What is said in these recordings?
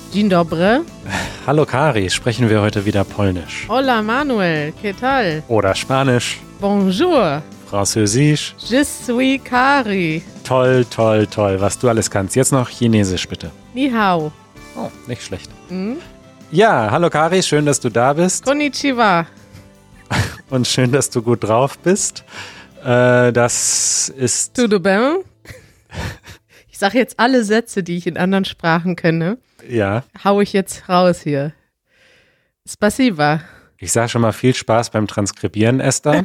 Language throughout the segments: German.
Dzień dobry. Hallo Kari, sprechen wir heute wieder Polnisch. Hola Manuel, ¿qué tal? Oder Spanisch. Bonjour. Französisch. Je suis Kari. Toll, toll, toll, was du alles kannst. Jetzt noch Chinesisch, bitte. Ni hao. Oh, nicht schlecht. Hm? Ja, hallo Kari, schön, dass du da bist. Konnichiwa. Und schön, dass du gut drauf bist. Das ist... Tudo bem? Ich sage jetzt alle Sätze, die ich in anderen Sprachen kenne. Ja. Hau ich jetzt raus hier. Spasiba. Ich sage schon mal viel Spaß beim Transkribieren, Esther.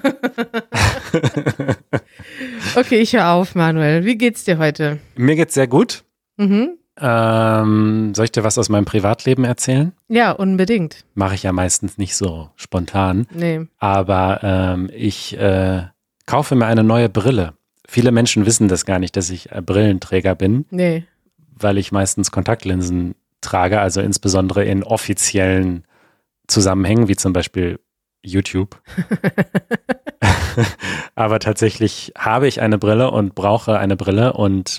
Okay, ich höre auf, Manuel. Wie geht's dir heute? Mir geht's sehr gut. Mhm. Soll ich dir was aus meinem Privatleben erzählen? Ja, unbedingt. Mache ich ja meistens nicht so spontan. Nee. Aber ich kaufe mir eine neue Brille. Viele Menschen wissen das gar nicht, dass ich Brillenträger bin, Nee. weil ich meistens Kontaktlinsen trage, also insbesondere in offiziellen Zusammenhängen, wie zum Beispiel YouTube. Aber tatsächlich habe ich eine Brille und brauche eine Brille und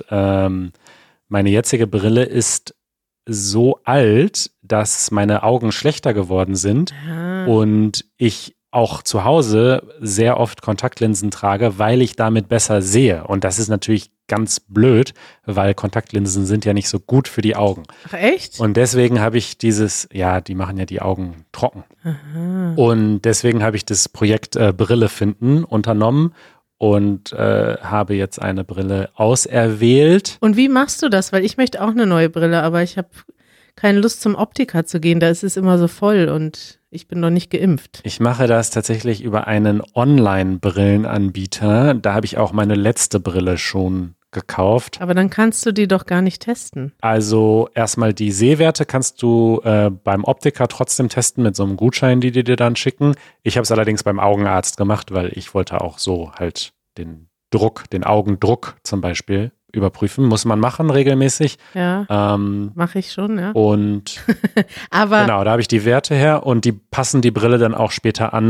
meine jetzige Brille ist so alt, dass meine Augen schlechter geworden sind und ich auch zu Hause sehr oft Kontaktlinsen trage, weil ich damit besser sehe. Und das ist natürlich ganz blöd, weil Kontaktlinsen sind ja nicht so gut für die Augen. Ach, echt? Und deswegen habe ich die machen ja die Augen trocken. Aha. Und deswegen habe ich das Projekt Brille finden unternommen und habe jetzt eine Brille auserwählt. Und wie machst du das? Weil ich möchte auch eine neue Brille, aber ich habe keine Lust zum Optiker zu gehen. Da ist es immer so voll und ich bin noch nicht geimpft. Ich mache das tatsächlich über einen Online-Brillenanbieter. Da habe ich auch meine letzte Brille schon gekauft. Aber dann kannst du die doch gar nicht testen. Also erstmal die Sehwerte kannst du beim Optiker trotzdem testen mit so einem Gutschein, die dir dann schicken. Ich habe es allerdings beim Augenarzt gemacht, weil ich wollte auch so halt den Augendruck zum Beispiel überprüfen. Muss man machen regelmäßig. Ja, mache ich schon, ja. Und Aber genau, da habe ich die Werte her und die passen die Brille dann auch später an.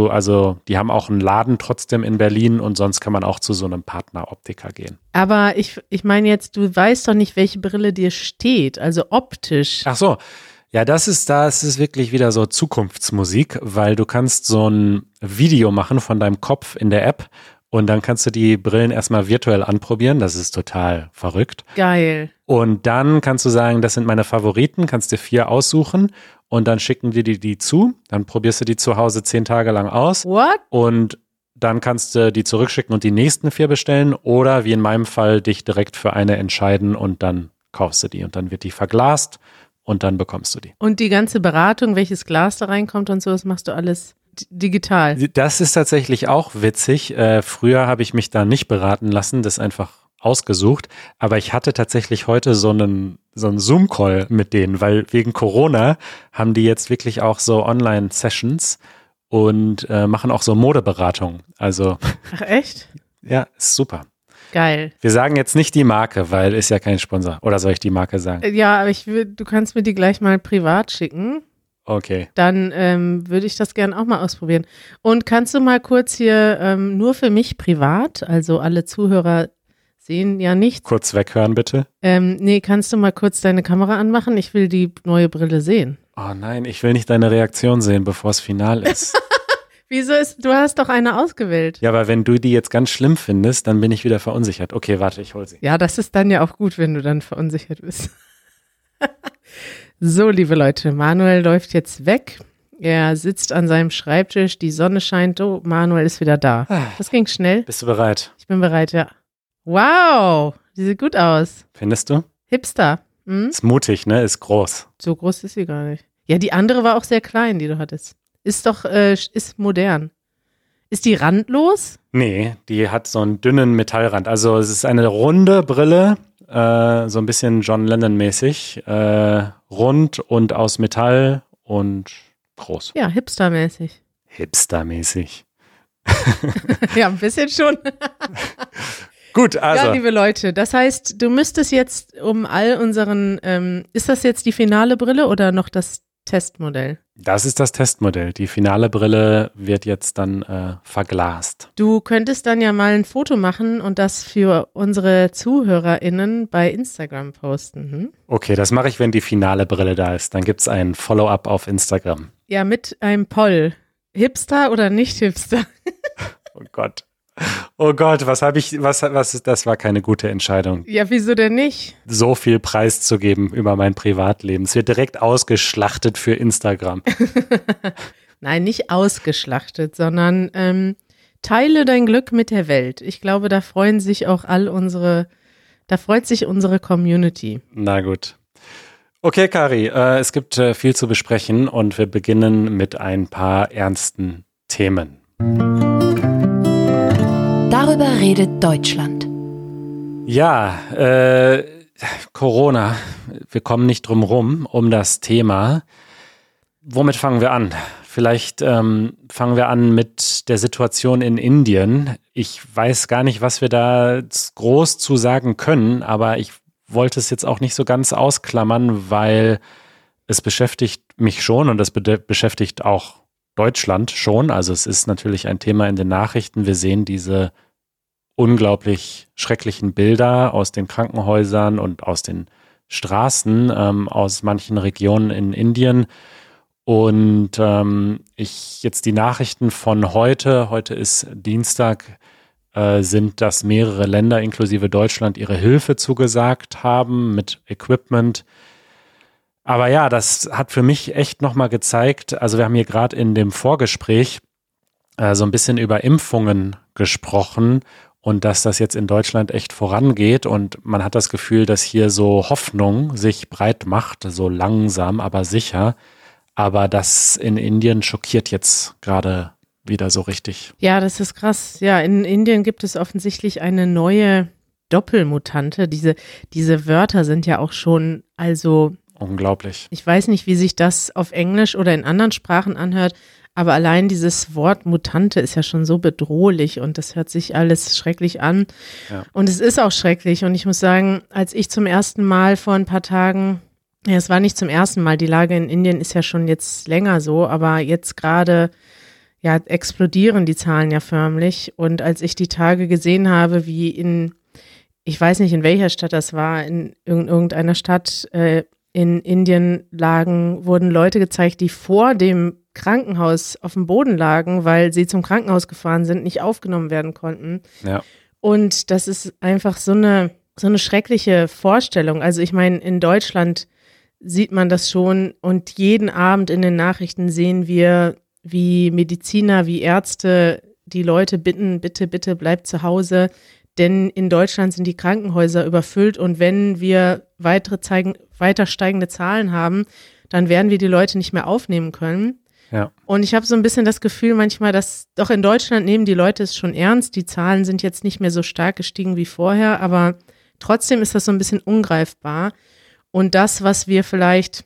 Die haben auch einen Laden trotzdem in Berlin und sonst kann man auch zu so einem Partneroptiker gehen. Aber ich meine jetzt, du weißt doch nicht, welche Brille dir steht, also optisch. Ach so, ja, das ist wirklich wieder so Zukunftsmusik, weil du kannst so ein Video machen von deinem Kopf in der App und dann kannst du die Brillen erstmal virtuell anprobieren. Das ist total verrückt. Geil. Und dann kannst du sagen, das sind meine Favoriten, kannst dir 4 aussuchen und dann schicken die dir die zu. Dann probierst du die zu Hause 10 Tage lang aus. What? Und dann kannst du die zurückschicken und die nächsten 4 bestellen oder wie in meinem Fall dich direkt für eine entscheiden und dann kaufst du die und dann wird die verglast und dann bekommst du die. Und die ganze Beratung, welches Glas da reinkommt und so, das machst du alles digital. Das ist tatsächlich auch witzig. Früher habe ich mich da nicht beraten lassen, das einfach ausgesucht. Aber ich hatte tatsächlich heute so einen Zoom-Call mit denen, weil wegen Corona haben die jetzt wirklich auch so Online-Sessions und machen auch so Modeberatung. Also Ach echt? ja, ist super. Geil. Wir sagen jetzt nicht die Marke, weil ist ja kein Sponsor. Oder soll ich die Marke sagen? Ja, aber du kannst mir die gleich mal privat schicken. Okay. Dann würde ich das gerne auch mal ausprobieren. Und kannst du mal kurz hier nur für mich privat, also alle Zuhörer sehen ja nichts. Kurz weghören, bitte. Nee, kannst du mal kurz deine Kamera anmachen? Ich will die neue Brille sehen. Oh nein, ich will nicht deine Reaktion sehen, bevor es final ist. Wieso du hast doch eine ausgewählt. Ja, aber wenn du die jetzt ganz schlimm findest, dann bin ich wieder verunsichert. Okay, warte, ich hol sie. Ja, das ist dann ja auch gut, wenn du dann verunsichert bist. So, liebe Leute, Manuel läuft jetzt weg. Er sitzt an seinem Schreibtisch, die Sonne scheint. Oh, Manuel ist wieder da. Das ging schnell. Bist du bereit? Ich bin bereit, ja. Wow, die sieht gut aus. Findest du? Hipster. Hm? Ist mutig, ne? Ist groß. So groß ist sie gar nicht. Ja, die andere war auch sehr klein, die du hattest. Ist modern. Ist die randlos? Nee, die hat so einen dünnen Metallrand. Also es ist eine runde Brille, so ein bisschen John Lennon-mäßig. Rund und aus Metall und groß. Ja, hipstermäßig. Hipstermäßig. Ja, ein bisschen schon. Gut, also. Ja, liebe Leute, das heißt, du müsstest jetzt um all unseren, ist das jetzt die finale Brille oder noch das Testmodell. Das ist das Testmodell. Die finale Brille wird jetzt dann verglast. Du könntest dann ja mal ein Foto machen und das für unsere ZuhörerInnen bei Instagram posten. Hm? Okay, das mache ich, wenn die finale Brille da ist. Dann gibt es ein Follow-up auf Instagram. Ja, mit einem Poll. Hipster oder nicht Hipster? Oh Gott. Oh Gott, das war keine gute Entscheidung. Ja, wieso denn nicht? So viel preiszugeben über mein Privatleben. Es wird direkt ausgeschlachtet für Instagram. Nein, nicht ausgeschlachtet, sondern teile dein Glück mit der Welt. Ich glaube, da freut sich unsere Community. Na gut. Okay, Kari, es gibt viel zu besprechen und wir beginnen mit ein paar ernsten Themen. Darüber redet Deutschland. Ja, Corona. Wir kommen nicht drum rum um das Thema. Womit fangen wir an? Vielleicht fangen wir an mit der Situation in Indien. Ich weiß gar nicht, was wir da groß zu sagen können, aber ich wollte es jetzt auch nicht so ganz ausklammern, weil es beschäftigt mich schon und es beschäftigt auch Deutschland schon. Also es ist natürlich ein Thema in den Nachrichten. Wir sehen diese unglaublich schrecklichen Bilder aus den Krankenhäusern und aus den Straßen aus manchen Regionen in Indien. Und ich jetzt die Nachrichten von heute ist Dienstag, sind, dass mehrere Länder inklusive Deutschland ihre Hilfe zugesagt haben mit Equipment. Aber ja, das hat für mich echt nochmal gezeigt, also wir haben hier gerade in dem Vorgespräch so ein bisschen über Impfungen gesprochen und dass das jetzt in Deutschland echt vorangeht und man hat das Gefühl, dass hier so Hoffnung sich breit macht, so langsam, aber sicher. Aber das in Indien schockiert jetzt gerade wieder so richtig. Ja, das ist krass. Ja, in Indien gibt es offensichtlich eine neue Doppelmutante. Diese Wörter sind ja auch schon, also unglaublich. Ich weiß nicht, wie sich das auf Englisch oder in anderen Sprachen anhört, aber allein dieses Wort Mutante ist ja schon so bedrohlich und das hört sich alles schrecklich an. Ja. Und es ist auch schrecklich und ich muss sagen, als ich zum ersten Mal vor ein paar Tagen, ja, es war nicht zum ersten Mal, die Lage in Indien ist ja schon jetzt länger so, aber jetzt gerade ja, explodieren die Zahlen ja förmlich. Und als ich die Tage gesehen habe, wie ich weiß nicht, in welcher Stadt das war, in irgendeiner Stadt in Indien wurden Leute gezeigt, die vor dem Krankenhaus auf dem Boden lagen, weil sie zum Krankenhaus gefahren sind, nicht aufgenommen werden konnten. Ja. Und das ist einfach so eine schreckliche Vorstellung. Also ich meine, in Deutschland sieht man das schon und jeden Abend in den Nachrichten sehen wir, wie Mediziner, wie Ärzte die Leute bitten, bitte, bitte bleibt zu Hause, denn in Deutschland sind die Krankenhäuser überfüllt und wenn wir weiter steigende Zahlen haben, dann werden wir die Leute nicht mehr aufnehmen können. Ja. Und ich habe so ein bisschen das Gefühl manchmal, dass doch in Deutschland nehmen die Leute es schon ernst, die Zahlen sind jetzt nicht mehr so stark gestiegen wie vorher, aber trotzdem ist das so ein bisschen ungreifbar und das, was wir vielleicht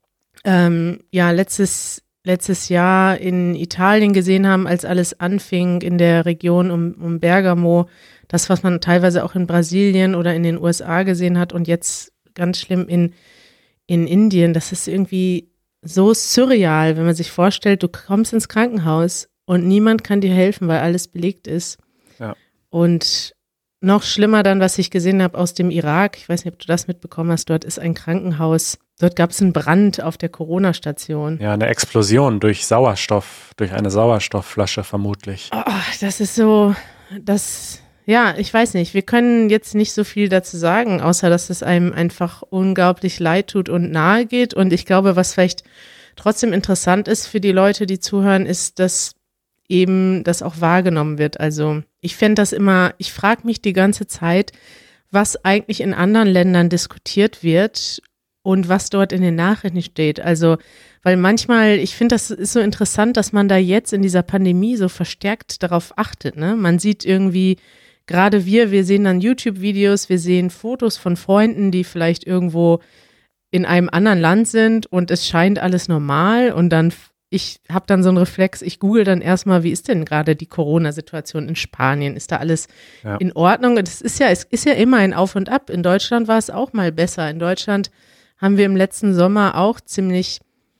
letztes Jahr in Italien gesehen haben, als alles anfing in der Region um Bergamo, das, was man teilweise auch in Brasilien oder in den USA gesehen hat und jetzt ganz schlimm in Indien, das ist irgendwie so surreal, wenn man sich vorstellt, du kommst ins Krankenhaus und niemand kann dir helfen, weil alles belegt ist. Ja. Und noch schlimmer dann, was ich gesehen habe aus dem Irak, ich weiß nicht, ob du das mitbekommen hast, dort ist ein Krankenhaus. Dort gab es einen Brand auf der Corona-Station. Ja, eine Explosion durch eine Sauerstoffflasche vermutlich. Oh, das ist so, ja, ich weiß nicht, wir können jetzt nicht so viel dazu sagen, außer dass es einem einfach unglaublich leid tut und nahe geht. Und ich glaube, was vielleicht trotzdem interessant ist für die Leute, die zuhören, ist, dass eben das auch wahrgenommen wird. Also ich frage mich die ganze Zeit, was eigentlich in anderen Ländern diskutiert wird und was dort in den Nachrichten steht. Also, weil manchmal, ich finde, das ist so interessant, dass man da jetzt in dieser Pandemie so verstärkt darauf achtet, ne? Man sieht irgendwie, gerade wir sehen dann YouTube-Videos, wir sehen Fotos von Freunden, die vielleicht irgendwo in einem anderen Land sind und es scheint alles normal und dann, ich habe dann so einen Reflex, ich google dann erstmal, wie ist denn gerade die Corona-Situation in Spanien? Ist da alles in Ordnung? Und es ist ja immer ein Auf und Ab. In Deutschland war es auch mal besser. In Deutschland haben wir im letzten Sommer auch ziemlich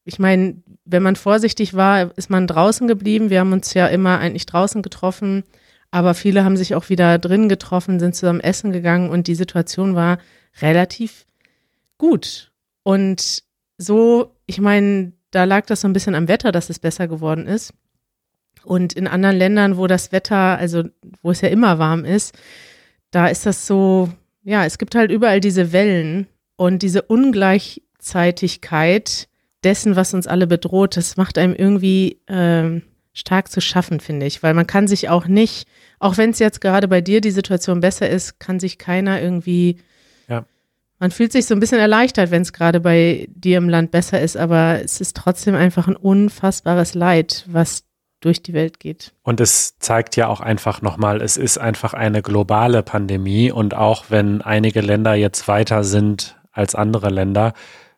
ich meine, wenn man vorsichtig war, ist man draußen geblieben. Wir haben uns ja immer eigentlich draußen getroffen, aber viele haben sich auch wieder drin getroffen, sind zusammen essen gegangen und die Situation war relativ gut. Und so, ich meine, da lag das so ein bisschen am Wetter, dass es besser geworden ist. Und in anderen Ländern, wo das Wetter, also wo es ja immer warm ist, da ist das so, ja, es gibt halt überall diese Wellen und diese Ungleichzeitigkeit dessen, was uns alle bedroht, das macht einem irgendwie stark zu schaffen, finde ich, weil man kann sich auch nicht, auch wenn es jetzt gerade bei dir die Situation besser ist, kann sich keiner irgendwie, man fühlt sich so ein bisschen erleichtert, wenn es gerade bei dir im Land besser ist, aber es ist trotzdem einfach ein unfassbares Leid, was durch die Welt geht. Und es zeigt ja auch einfach nochmal, es ist einfach eine globale Pandemie und auch wenn einige Länder jetzt weiter sind als andere Länder,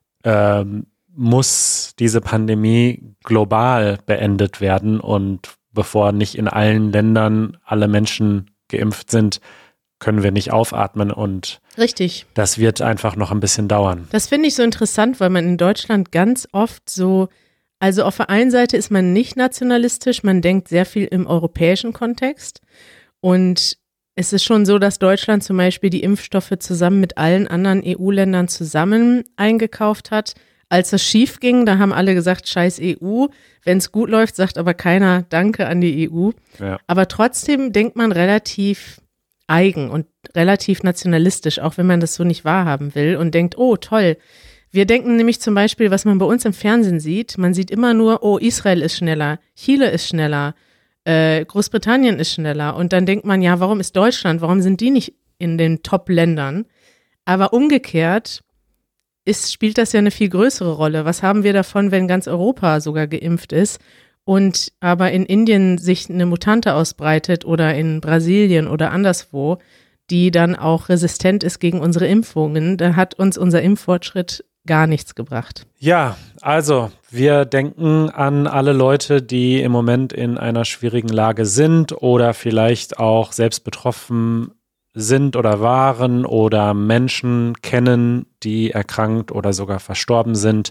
muss diese Pandemie global beendet werden und bevor nicht in allen Ländern alle Menschen geimpft sind, können wir nicht aufatmen und richtig. Das wird einfach noch ein bisschen dauern. Das finde ich so interessant, weil man in Deutschland ganz oft so, also auf der einen Seite ist man nicht nationalistisch, man denkt sehr viel im europäischen Kontext und es ist schon so, dass Deutschland zum Beispiel die Impfstoffe zusammen mit allen anderen EU-Ländern zusammen eingekauft hat. Als es schief ging, da haben alle gesagt, scheiß EU. Wenn es gut läuft, sagt aber keiner Danke an die EU. Ja. Aber trotzdem denkt man relativ eigen und relativ nationalistisch, auch wenn man das so nicht wahrhaben will und denkt, oh toll. Wir denken nämlich zum Beispiel, was man bei uns im Fernsehen sieht, man sieht immer nur, oh, Israel ist schneller, Chile ist schneller, Großbritannien ist schneller und dann denkt man, ja, warum ist Deutschland, warum sind die nicht in den Top-Ländern? Aber umgekehrt spielt das ja eine viel größere Rolle. Was haben wir davon, wenn ganz Europa sogar geimpft ist und aber in Indien sich eine Mutante ausbreitet oder in Brasilien oder anderswo, die dann auch resistent ist gegen unsere Impfungen, da hat uns unser Impffortschritt gar nichts gebracht. Ja, also wir denken an alle Leute, die im Moment in einer schwierigen Lage sind oder vielleicht auch selbst betroffen sind oder waren oder Menschen kennen, die erkrankt oder sogar verstorben sind.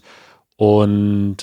Und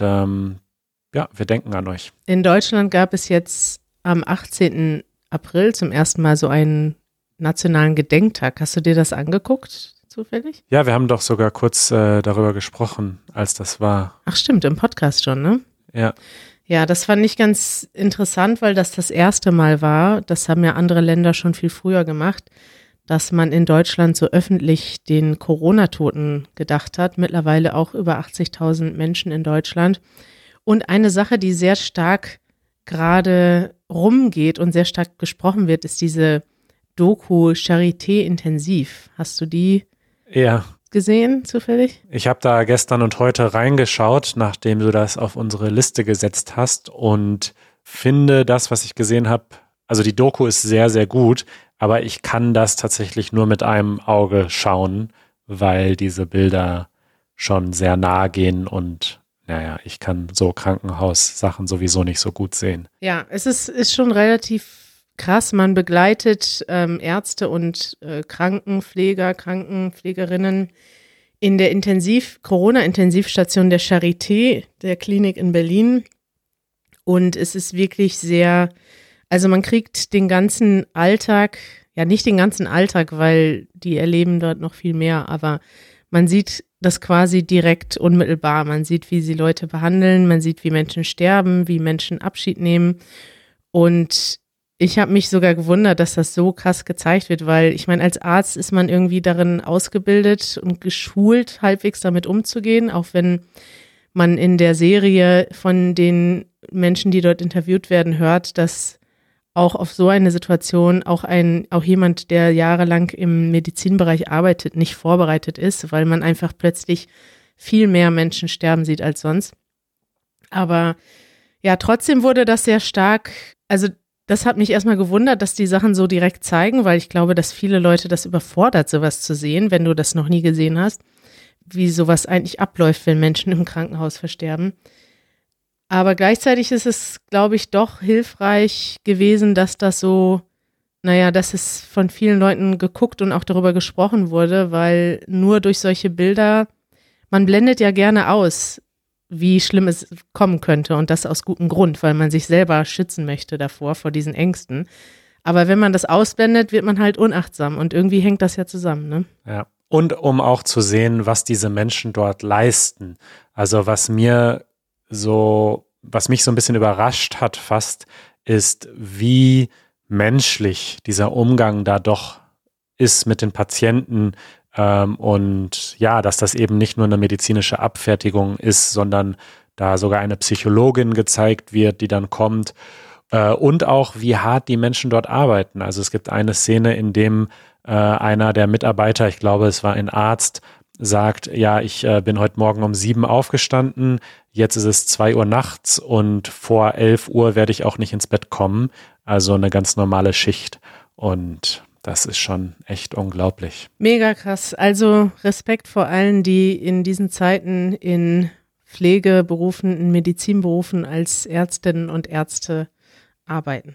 wir denken an euch. In Deutschland gab es jetzt am 18. April zum ersten Mal so einen nationalen Gedenktag. Hast du dir das angeguckt, zufällig? Ja, wir haben doch sogar kurz darüber gesprochen, als das war. Ach stimmt, im Podcast schon, ne? Ja. Ja, das fand ich ganz interessant, weil das erste Mal war, das haben ja andere Länder schon viel früher gemacht, dass man in Deutschland so öffentlich den Corona-Toten gedacht hat. Mittlerweile auch über 80.000 Menschen in Deutschland. Und eine Sache, die sehr stark gerade rumgeht und sehr stark gesprochen wird, ist diese Doku Charité Intensiv. Hast du die gesehen, zufällig? Ich habe da gestern und heute reingeschaut, nachdem du das auf unsere Liste gesetzt hast und finde das, was ich gesehen habe, also die Doku ist sehr, sehr gut, aber ich kann das tatsächlich nur mit einem Auge schauen, weil diese Bilder schon sehr nahe gehen und ich kann so Krankenhaussachen sowieso nicht so gut sehen. Ja, es ist schon relativ krass. Man begleitet Ärzte und Krankenpflegerinnen in der Corona-Intensivstation der Charité, der Klinik in Berlin. Und es ist wirklich sehr, also man kriegt den ganzen Alltag, ja nicht den ganzen Alltag, weil die erleben dort noch viel mehr, aber man sieht das quasi direkt unmittelbar. Man sieht, wie sie Leute behandeln, man sieht, wie Menschen sterben, wie Menschen Abschied nehmen. Und ich habe mich sogar gewundert, dass das so krass gezeigt wird, weil ich meine, als Arzt ist man irgendwie darin ausgebildet und geschult, halbwegs damit umzugehen, auch wenn man in der Serie von den Menschen, die dort interviewt werden, hört, dass auch auf so eine Situation auch jemand, der jahrelang im Medizinbereich arbeitet, nicht vorbereitet ist, weil man einfach plötzlich viel mehr Menschen sterben sieht als sonst. Aber ja, trotzdem wurde das sehr stark, also das hat mich erstmal gewundert, dass die Sachen so direkt zeigen, weil ich glaube, dass viele Leute das überfordert, sowas zu sehen, wenn du das noch nie gesehen hast, wie sowas eigentlich abläuft, wenn Menschen im Krankenhaus versterben. Aber gleichzeitig ist es, glaube ich, doch hilfreich gewesen, dass das so, dass es von vielen Leuten geguckt und auch darüber gesprochen wurde, weil nur durch solche Bilder, man blendet ja gerne aus, wie schlimm es kommen könnte und das aus gutem Grund, weil man sich selber schützen möchte davor, vor diesen Ängsten. Aber wenn man das ausblendet, wird man halt unachtsam und irgendwie hängt das ja zusammen, ne? Ja. Und um auch zu sehen, was diese Menschen dort leisten. Also was mich so ein bisschen überrascht hat fast, ist, wie menschlich dieser Umgang da doch ist mit den Patienten. Und ja, dass das eben nicht nur eine medizinische Abfertigung ist, sondern da sogar eine Psychologin gezeigt wird, die dann kommt. Und auch, wie hart die Menschen dort arbeiten. Also es gibt eine Szene, in dem einer der Mitarbeiter, ich glaube, es war ein Arzt, sagt, ja, ich bin heute Morgen um 7 aufgestanden, jetzt ist es 2 Uhr nachts und vor 11 Uhr werde ich auch nicht ins Bett kommen. Also eine ganz normale Schicht. Und das ist schon echt unglaublich. Mega krass. Also Respekt vor allen, die in diesen Zeiten in Pflegeberufen, in Medizinberufen als Ärztinnen und Ärzte arbeiten.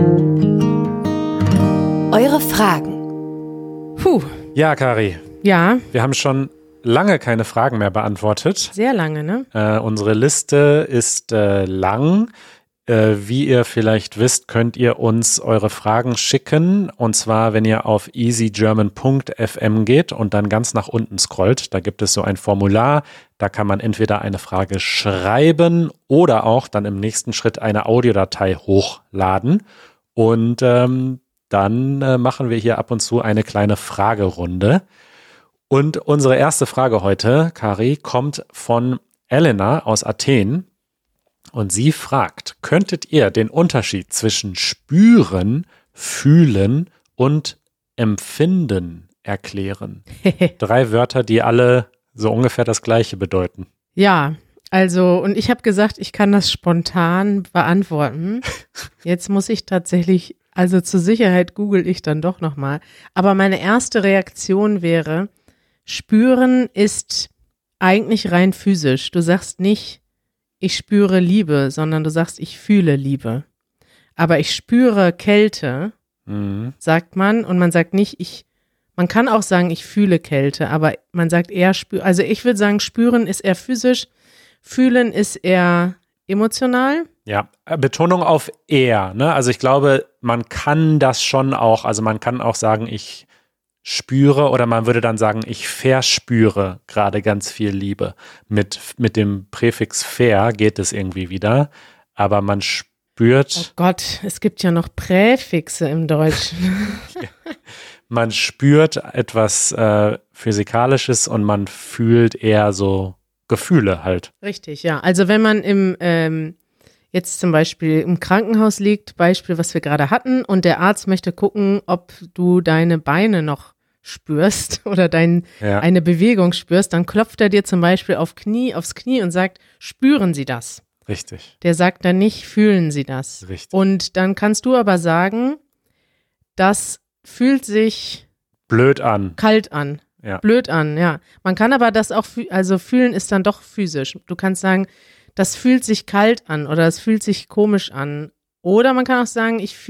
Eure Fragen. Puh. Ja, Kari. Ja. Wir haben schon lange keine Fragen mehr beantwortet. Sehr lange, ne? Unsere Liste ist lang. Wie ihr vielleicht wisst, könnt ihr uns eure Fragen schicken. Und zwar, wenn ihr auf easygerman.fm geht und dann ganz nach unten scrollt. Da gibt es so ein Formular. Da kann man entweder eine Frage schreiben oder auch dann im nächsten Schritt eine Audiodatei hochladen. Und dann machen wir hier ab und zu eine kleine Fragerunde. Und unsere erste Frage heute, Kari, kommt von Elena aus Athen. Und sie fragt, könntet ihr den Unterschied zwischen spüren, fühlen und empfinden erklären? 3 Wörter, die alle so ungefähr das Gleiche bedeuten. Ja, also, und ich habe gesagt, ich kann das spontan beantworten. Jetzt muss ich tatsächlich, also zur Sicherheit google ich dann doch nochmal. Aber meine erste Reaktion wäre, spüren ist eigentlich rein physisch. Du sagst nicht, ich spüre Liebe, sondern du sagst, ich fühle Liebe. Aber ich spüre Kälte, sagt man, und man sagt nicht, man kann auch sagen, ich fühle Kälte, aber man sagt eher also ich würde sagen, spüren ist eher physisch, fühlen ist eher emotional. Ja, Betonung auf eher, ne? Also ich glaube, man kann das schon auch, also man kann auch sagen, ich spüre oder man würde dann sagen, ich verspüre gerade ganz viel Liebe. Mit dem Präfix ver geht es irgendwie wieder, aber man spürt. Oh Gott, es gibt ja noch Präfixe im Deutschen. Man spürt etwas Physikalisches und man fühlt eher so Gefühle halt. Richtig, ja. Also wenn man jetzt zum Beispiel im Krankenhaus liegt, Beispiel, was wir gerade hatten, und der Arzt möchte gucken, ob du deine Beine noch spürst oder eine Bewegung spürst, dann klopft er dir zum Beispiel aufs Knie und sagt, spüren Sie das? Richtig. Der sagt dann nicht, fühlen Sie das? Richtig. Und dann kannst du aber sagen, das fühlt sich blöd an. Kalt an. Ja. Blöd an, ja. Man kann aber das auch, also fühlen ist dann doch physisch. Du kannst sagen, das fühlt sich kalt an oder es fühlt sich komisch an. Oder man kann auch sagen, ich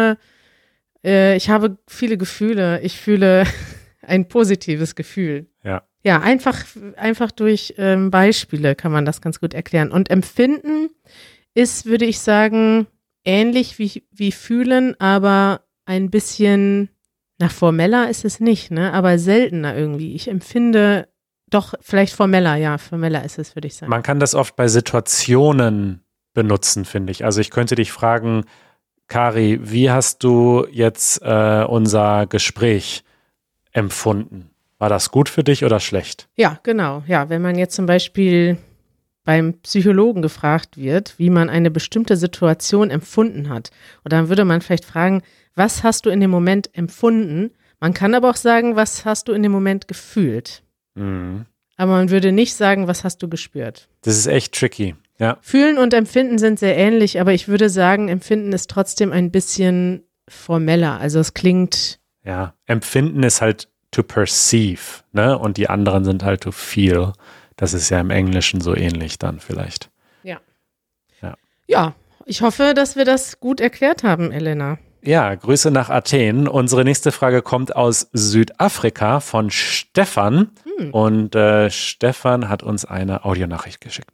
habe viele Gefühle. Ich fühle ein positives Gefühl. Ja. Ja, einfach durch Beispiele kann man das ganz gut erklären. Und Empfinden ist, würde ich sagen, ähnlich wie Fühlen, aber ein bisschen, formeller ist es nicht, ne? Aber seltener irgendwie. Ich empfinde doch vielleicht formeller, ja, formeller ist es, würde ich sagen. Man kann das oft bei Situationen benutzen, finde ich. Also ich könnte dich fragen, Kari, wie hast du jetzt unser Gespräch empfunden? War das gut für dich oder schlecht? Ja, genau. Ja, wenn man jetzt zum Beispiel beim Psychologen gefragt wird, wie man eine bestimmte Situation empfunden hat. Und dann würde man vielleicht fragen, was hast du in dem Moment empfunden? Man kann aber auch sagen, was hast du in dem Moment gefühlt? Mhm. Aber man würde nicht sagen, was hast du gespürt? Das ist echt tricky, ja. Fühlen und Empfinden sind sehr ähnlich, aber ich würde sagen, Empfinden ist trotzdem ein bisschen formeller. Also es klingt… Ja, Empfinden ist halt to perceive, ne? Und die anderen sind halt to feel. Das ist ja im Englischen so ähnlich dann vielleicht. Ja. Ja. Ja, ich hoffe, dass wir das gut erklärt haben, Elena. Ja, Grüße nach Athen. Unsere nächste Frage kommt aus Südafrika von Stefan. Und Stefan hat uns eine Audionachricht geschickt.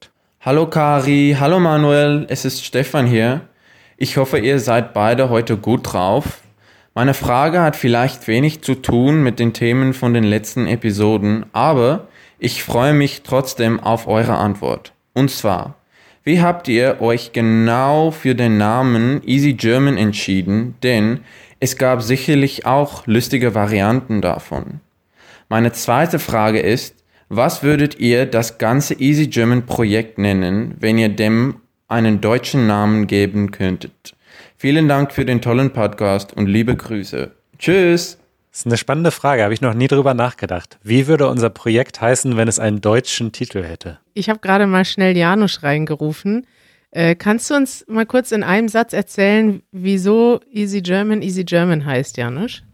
Hallo Kari, hallo Manuel, es ist Stefan hier. Ich hoffe, ihr seid beide heute gut drauf. Meine Frage hat vielleicht wenig zu tun mit den Themen von den letzten Episoden, aber ich freue mich trotzdem auf eure Antwort. Und zwar, wie habt ihr euch genau für den Namen Easy German entschieden? Denn es gab sicherlich auch lustige Varianten davon. Meine zweite Frage ist, was würdet ihr das ganze Easy German Projekt nennen, wenn ihr dem einen deutschen Namen geben könntet? Vielen Dank für den tollen Podcast und liebe Grüße. Tschüss! Das ist eine spannende Frage, habe ich noch nie drüber nachgedacht. Wie würde unser Projekt heißen, wenn es einen deutschen Titel hätte? Ich habe gerade mal schnell Janusz reingerufen. Kannst du uns mal kurz in einem Satz erzählen, wieso Easy German heißt, Janusz?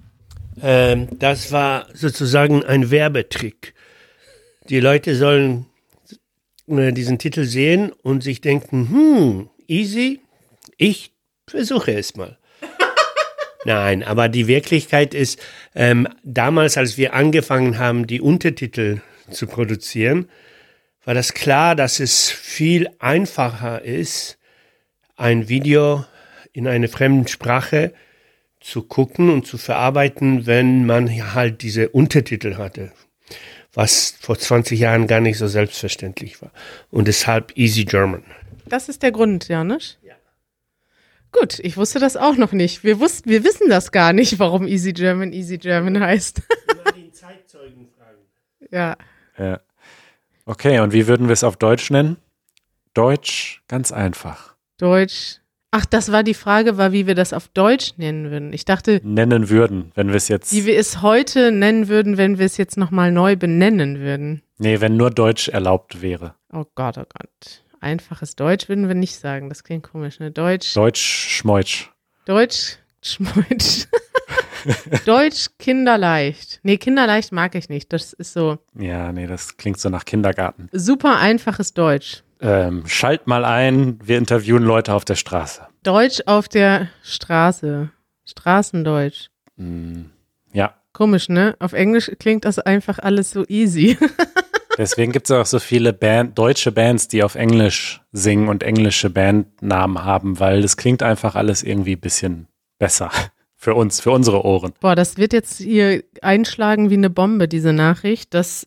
Das war sozusagen ein Werbetrick. Die Leute sollen diesen Titel sehen und sich denken, easy, ich versuche es mal. Nein, aber die Wirklichkeit ist, damals, als wir angefangen haben, die Untertitel zu produzieren, war das klar, dass es viel einfacher ist, ein Video in einer fremden Sprache zu gucken und zu verarbeiten, wenn man halt diese Untertitel hatte, was vor 20 Jahren gar nicht so selbstverständlich war. Und deshalb Easy German. Das ist der Grund, Janusz? Ja. Gut, ich wusste das auch noch nicht. Wir wissen das gar nicht, warum Easy German heißt. Mal den Zeitzeugen fragen. Ja. Okay, und wie würden wir es auf Deutsch nennen? Deutsch, ganz einfach. Deutsch. Ach, das war die Frage, wie wir das auf Deutsch nennen würden. Ich dachte, nennen würden, wenn wir es jetzt... wie wir es heute nennen würden, wenn wir es jetzt nochmal neu benennen würden. Nee, wenn nur Deutsch erlaubt wäre. Oh Gott, oh Gott. Einfaches Deutsch würden wir nicht sagen. Das klingt komisch, ne? Schmeutsch. Deutsch, Schmeutsch. Deutsch, kinderleicht. Nee, kinderleicht mag ich nicht. Das ist so... Ja, nee, das klingt so nach Kindergarten. Super einfaches Deutsch. Schalt mal ein, wir interviewen Leute auf der Straße. Deutsch auf der Straße. Straßendeutsch. Ja. Komisch, ne? Auf Englisch klingt das einfach alles so easy. Deswegen gibt es auch so viele deutsche Bands, die auf Englisch singen und englische Bandnamen haben, weil das klingt einfach alles irgendwie ein bisschen besser für uns, für unsere Ohren. Boah, das wird jetzt hier einschlagen wie eine Bombe, diese Nachricht, dass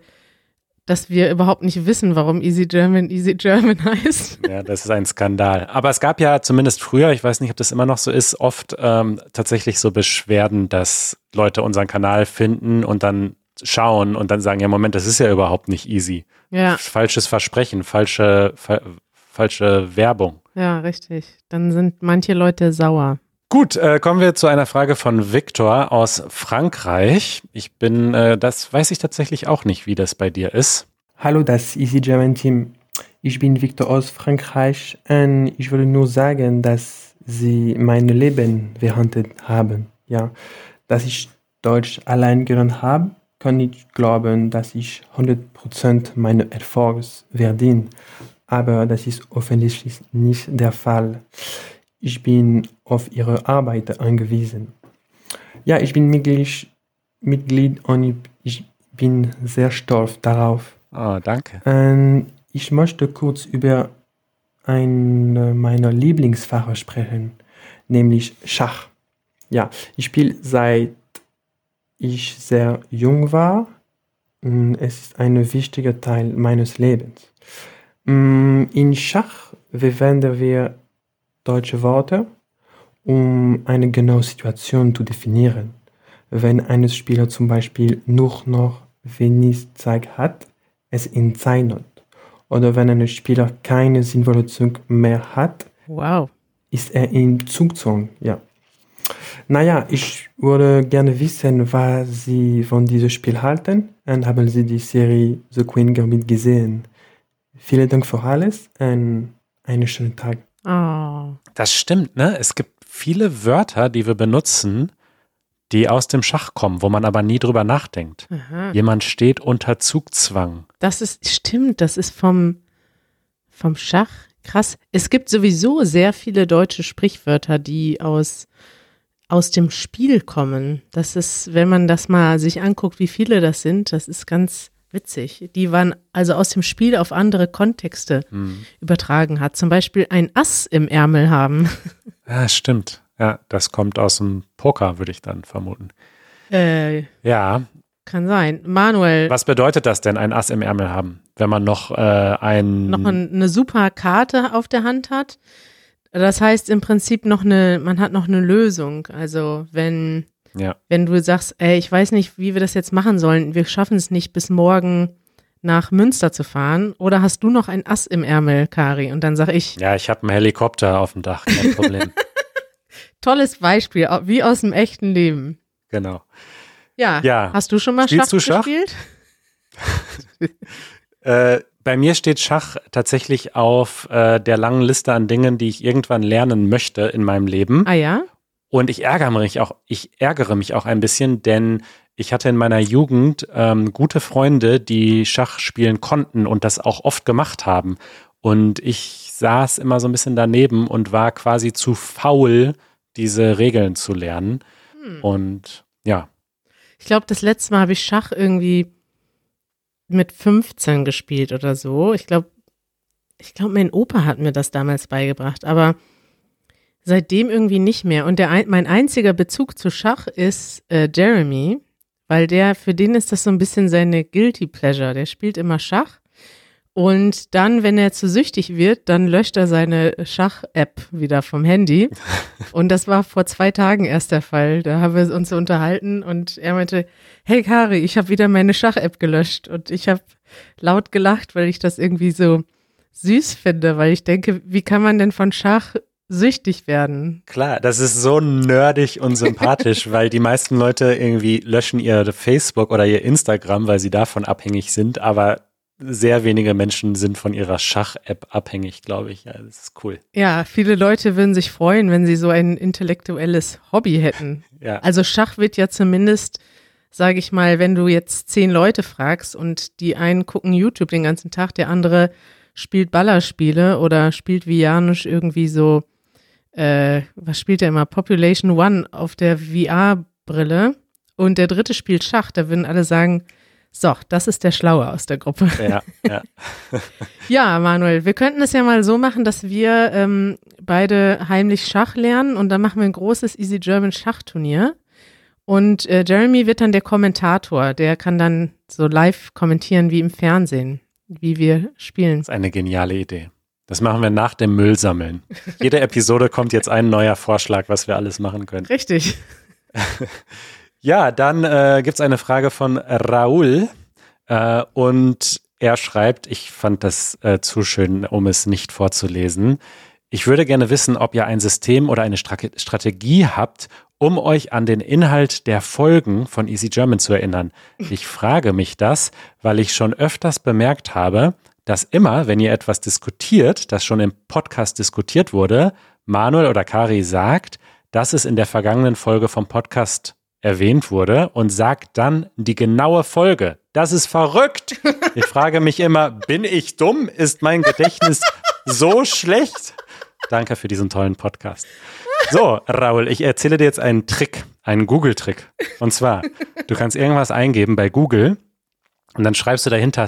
wir überhaupt nicht wissen, warum Easy German heißt. Ja, das ist ein Skandal. Aber es gab ja zumindest früher, ich weiß nicht, ob das immer noch so ist, oft tatsächlich so Beschwerden, dass Leute unseren Kanal finden und dann schauen und dann sagen, ja Moment, das ist ja überhaupt nicht easy. Ja. Falsches Versprechen, falsche Werbung. Ja, richtig. Dann sind manche Leute sauer. Gut, kommen wir zu einer Frage von Victor aus Frankreich. Das weiß ich tatsächlich auch nicht, wie das bei dir ist. Hallo, das Easy German Team. Ich bin Victor aus Frankreich und ich würde nur sagen, dass Sie mein Leben verhandelt haben. Ja, dass ich Deutsch allein gelernt habe, kann ich glauben, dass ich 100% meines Erfolgs verdiene. Aber das ist offensichtlich nicht der Fall. Ich bin auf Ihre Arbeit angewiesen. Ja, ich bin Mitglied und ich bin sehr stolz darauf. Oh, danke. Und ich möchte kurz über eine meiner Lieblingsfächer sprechen, nämlich Schach. Ja, ich spiele seit ich sehr jung war. Und es ist ein wichtiger Teil meines Lebens. In Schach verwenden wir deutsche Worte, um eine genaue Situation zu definieren. Wenn ein Spieler zum Beispiel nur noch wenig Zeit hat, es ihn zeichnet. Oder wenn ein Spieler keine sinnvolle Zug mehr hat, wow, ist er in Zugzwang. Ja. Naja, ich würde gerne wissen, was Sie von diesem Spiel halten. Und haben Sie die Serie The Queen Gambit gesehen? Vielen Dank für alles und einen schönen Tag. Oh. Das stimmt, ne? Es gibt viele Wörter, die wir benutzen, die aus dem Schach kommen, wo man aber nie drüber nachdenkt. Aha. Jemand steht unter Zugzwang. Das ist vom Schach. Krass. Es gibt sowieso sehr viele deutsche Sprichwörter, die aus dem Spiel kommen. Das ist, wenn man das mal sich anguckt, wie viele das sind, das ist ganz witzig, die man also aus dem Spiel auf andere Kontexte übertragen hat. Zum Beispiel ein Ass im Ärmel haben. Ja, stimmt. Ja, das kommt aus dem Poker, würde ich dann vermuten. Ja. Kann sein. Manuel. Was bedeutet das denn, ein Ass im Ärmel haben? Wenn man noch eine super Karte auf der Hand hat. Das heißt im Prinzip man hat noch eine Lösung. Also wenn du sagst, ich weiß nicht, wie wir das jetzt machen sollen, wir schaffen es nicht bis morgen nach Münster zu fahren, oder hast du noch ein Ass im Ärmel, Kari? Und dann sag ich. Ja, ich habe einen Helikopter auf dem Dach, kein Problem. Tolles Beispiel, wie aus dem echten Leben. Genau. Ja. Hast du schon mal Schach gespielt? Bei mir steht Schach tatsächlich auf der langen Liste an Dingen, die ich irgendwann lernen möchte in meinem Leben. Ah ja? Und ich ärgere mich auch ein bisschen, denn ich hatte in meiner Jugend gute Freunde, die Schach spielen konnten und das auch oft gemacht haben. Und ich saß immer so ein bisschen daneben und war quasi zu faul, diese Regeln zu lernen. Und ja. Ich glaube, das letzte Mal habe ich Schach irgendwie mit 15 gespielt oder so. Ich glaube, mein Opa hat mir das damals beigebracht, aber seitdem irgendwie nicht mehr. Und mein einziger Bezug zu Schach ist Jeremy, weil für den ist das so ein bisschen seine Guilty Pleasure. Der spielt immer Schach und dann, wenn er zu süchtig wird, dann löscht er seine Schach-App wieder vom Handy. Und das war vor 2 Tagen erst der Fall. Da haben wir uns so unterhalten und er meinte, hey Kari, ich habe wieder meine Schach-App gelöscht. Und ich habe laut gelacht, weil ich das irgendwie so süß finde, weil ich denke, wie kann man denn von Schach süchtig werden? Klar, das ist so nerdig und sympathisch, weil die meisten Leute irgendwie löschen ihr Facebook oder ihr Instagram, weil sie davon abhängig sind, aber sehr wenige Menschen sind von ihrer Schach-App abhängig, glaube ich. Ja, das ist cool. Ja, viele Leute würden sich freuen, wenn sie so ein intellektuelles Hobby hätten. Ja. Also Schach wird ja zumindest, sage ich mal, wenn du jetzt 10 Leute fragst und die einen gucken YouTube den ganzen Tag, der andere spielt Ballerspiele oder spielt wie Janusz irgendwie so, was spielt er immer? Population One auf der VR-Brille und der dritte spielt Schach, da würden alle sagen, so, das ist der Schlaue aus der Gruppe. Ja. Ja, Manuel, wir könnten es ja mal so machen, dass wir beide heimlich Schach lernen und dann machen wir ein großes Easy German Schachturnier. Und Jeremy wird dann der Kommentator, der kann dann so live kommentieren wie im Fernsehen, wie wir spielen. Das ist eine geniale Idee. Das machen wir nach dem Müllsammeln. Jede Episode kommt jetzt ein neuer Vorschlag, was wir alles machen können. Richtig. Ja, dann gibt es eine Frage von Raoul und er schreibt, ich fand das zu schön, um es nicht vorzulesen. Ich würde gerne wissen, ob ihr ein System oder eine Strategie habt, um euch an den Inhalt der Folgen von Easy German zu erinnern. Ich frage mich das, weil ich schon öfters bemerkt habe, dass immer, wenn ihr etwas diskutiert, das schon im Podcast diskutiert wurde, Manuel oder Kari sagt, dass es in der vergangenen Folge vom Podcast erwähnt wurde und sagt dann die genaue Folge. Das ist verrückt. Ich frage mich immer, bin ich dumm? Ist mein Gedächtnis so schlecht? Danke für diesen tollen Podcast. So, Raoul, ich erzähle dir jetzt einen Trick, einen Google-Trick. Und zwar, du kannst irgendwas eingeben bei Google und dann schreibst du dahinter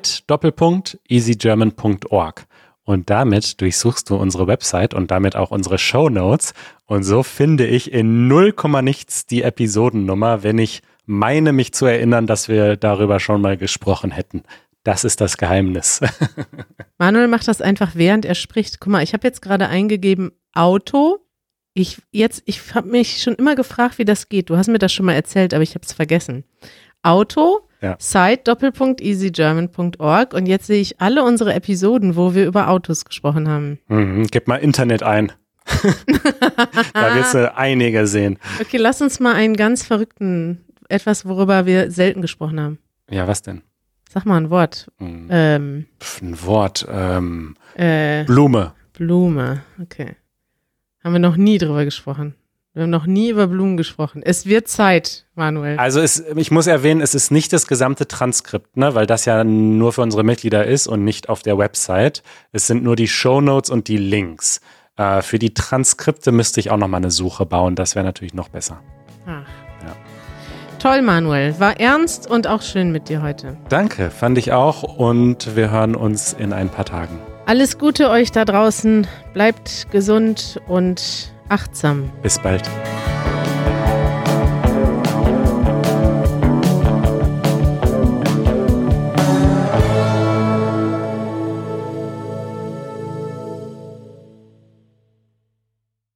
site:/easygerman.org. Und damit durchsuchst du unsere Website und damit auch unsere Shownotes. Und so finde ich in 0, nichts die Episodennummer, wenn ich meine, mich zu erinnern, dass wir darüber schon mal gesprochen hätten. Das ist das Geheimnis. Manuel macht das einfach, während er spricht. Guck mal, ich habe jetzt gerade eingegeben Auto. Ich habe mich schon immer gefragt, wie das geht. Du hast mir das schon mal erzählt, aber ich habe es vergessen. Auto. Ja. site:/easygerman.org und jetzt sehe ich alle unsere Episoden, wo wir über Autos gesprochen haben. Gib mal Internet ein. Da wirst du einige sehen. Okay, lass uns mal einen ganz verrückten, etwas, worüber wir selten gesprochen haben. Ja, was denn? Sag mal ein Wort. Ein Wort. Blume. Blume, okay. Haben wir noch nie drüber gesprochen. Wir haben noch nie über Blumen gesprochen. Es wird Zeit, Manuel. Also ich muss erwähnen, es ist nicht das gesamte Transkript, ne, weil das ja nur für unsere Mitglieder ist und nicht auf der Website. Es sind nur die Shownotes und die Links. Für die Transkripte müsste ich auch noch mal eine Suche bauen. Das wäre natürlich noch besser. Ach. Ja. Toll, Manuel. War ernst und auch schön mit dir heute. Danke, fand ich auch. Und wir hören uns in ein paar Tagen. Alles Gute euch da draußen. Bleibt gesund und achtsam. Bis bald.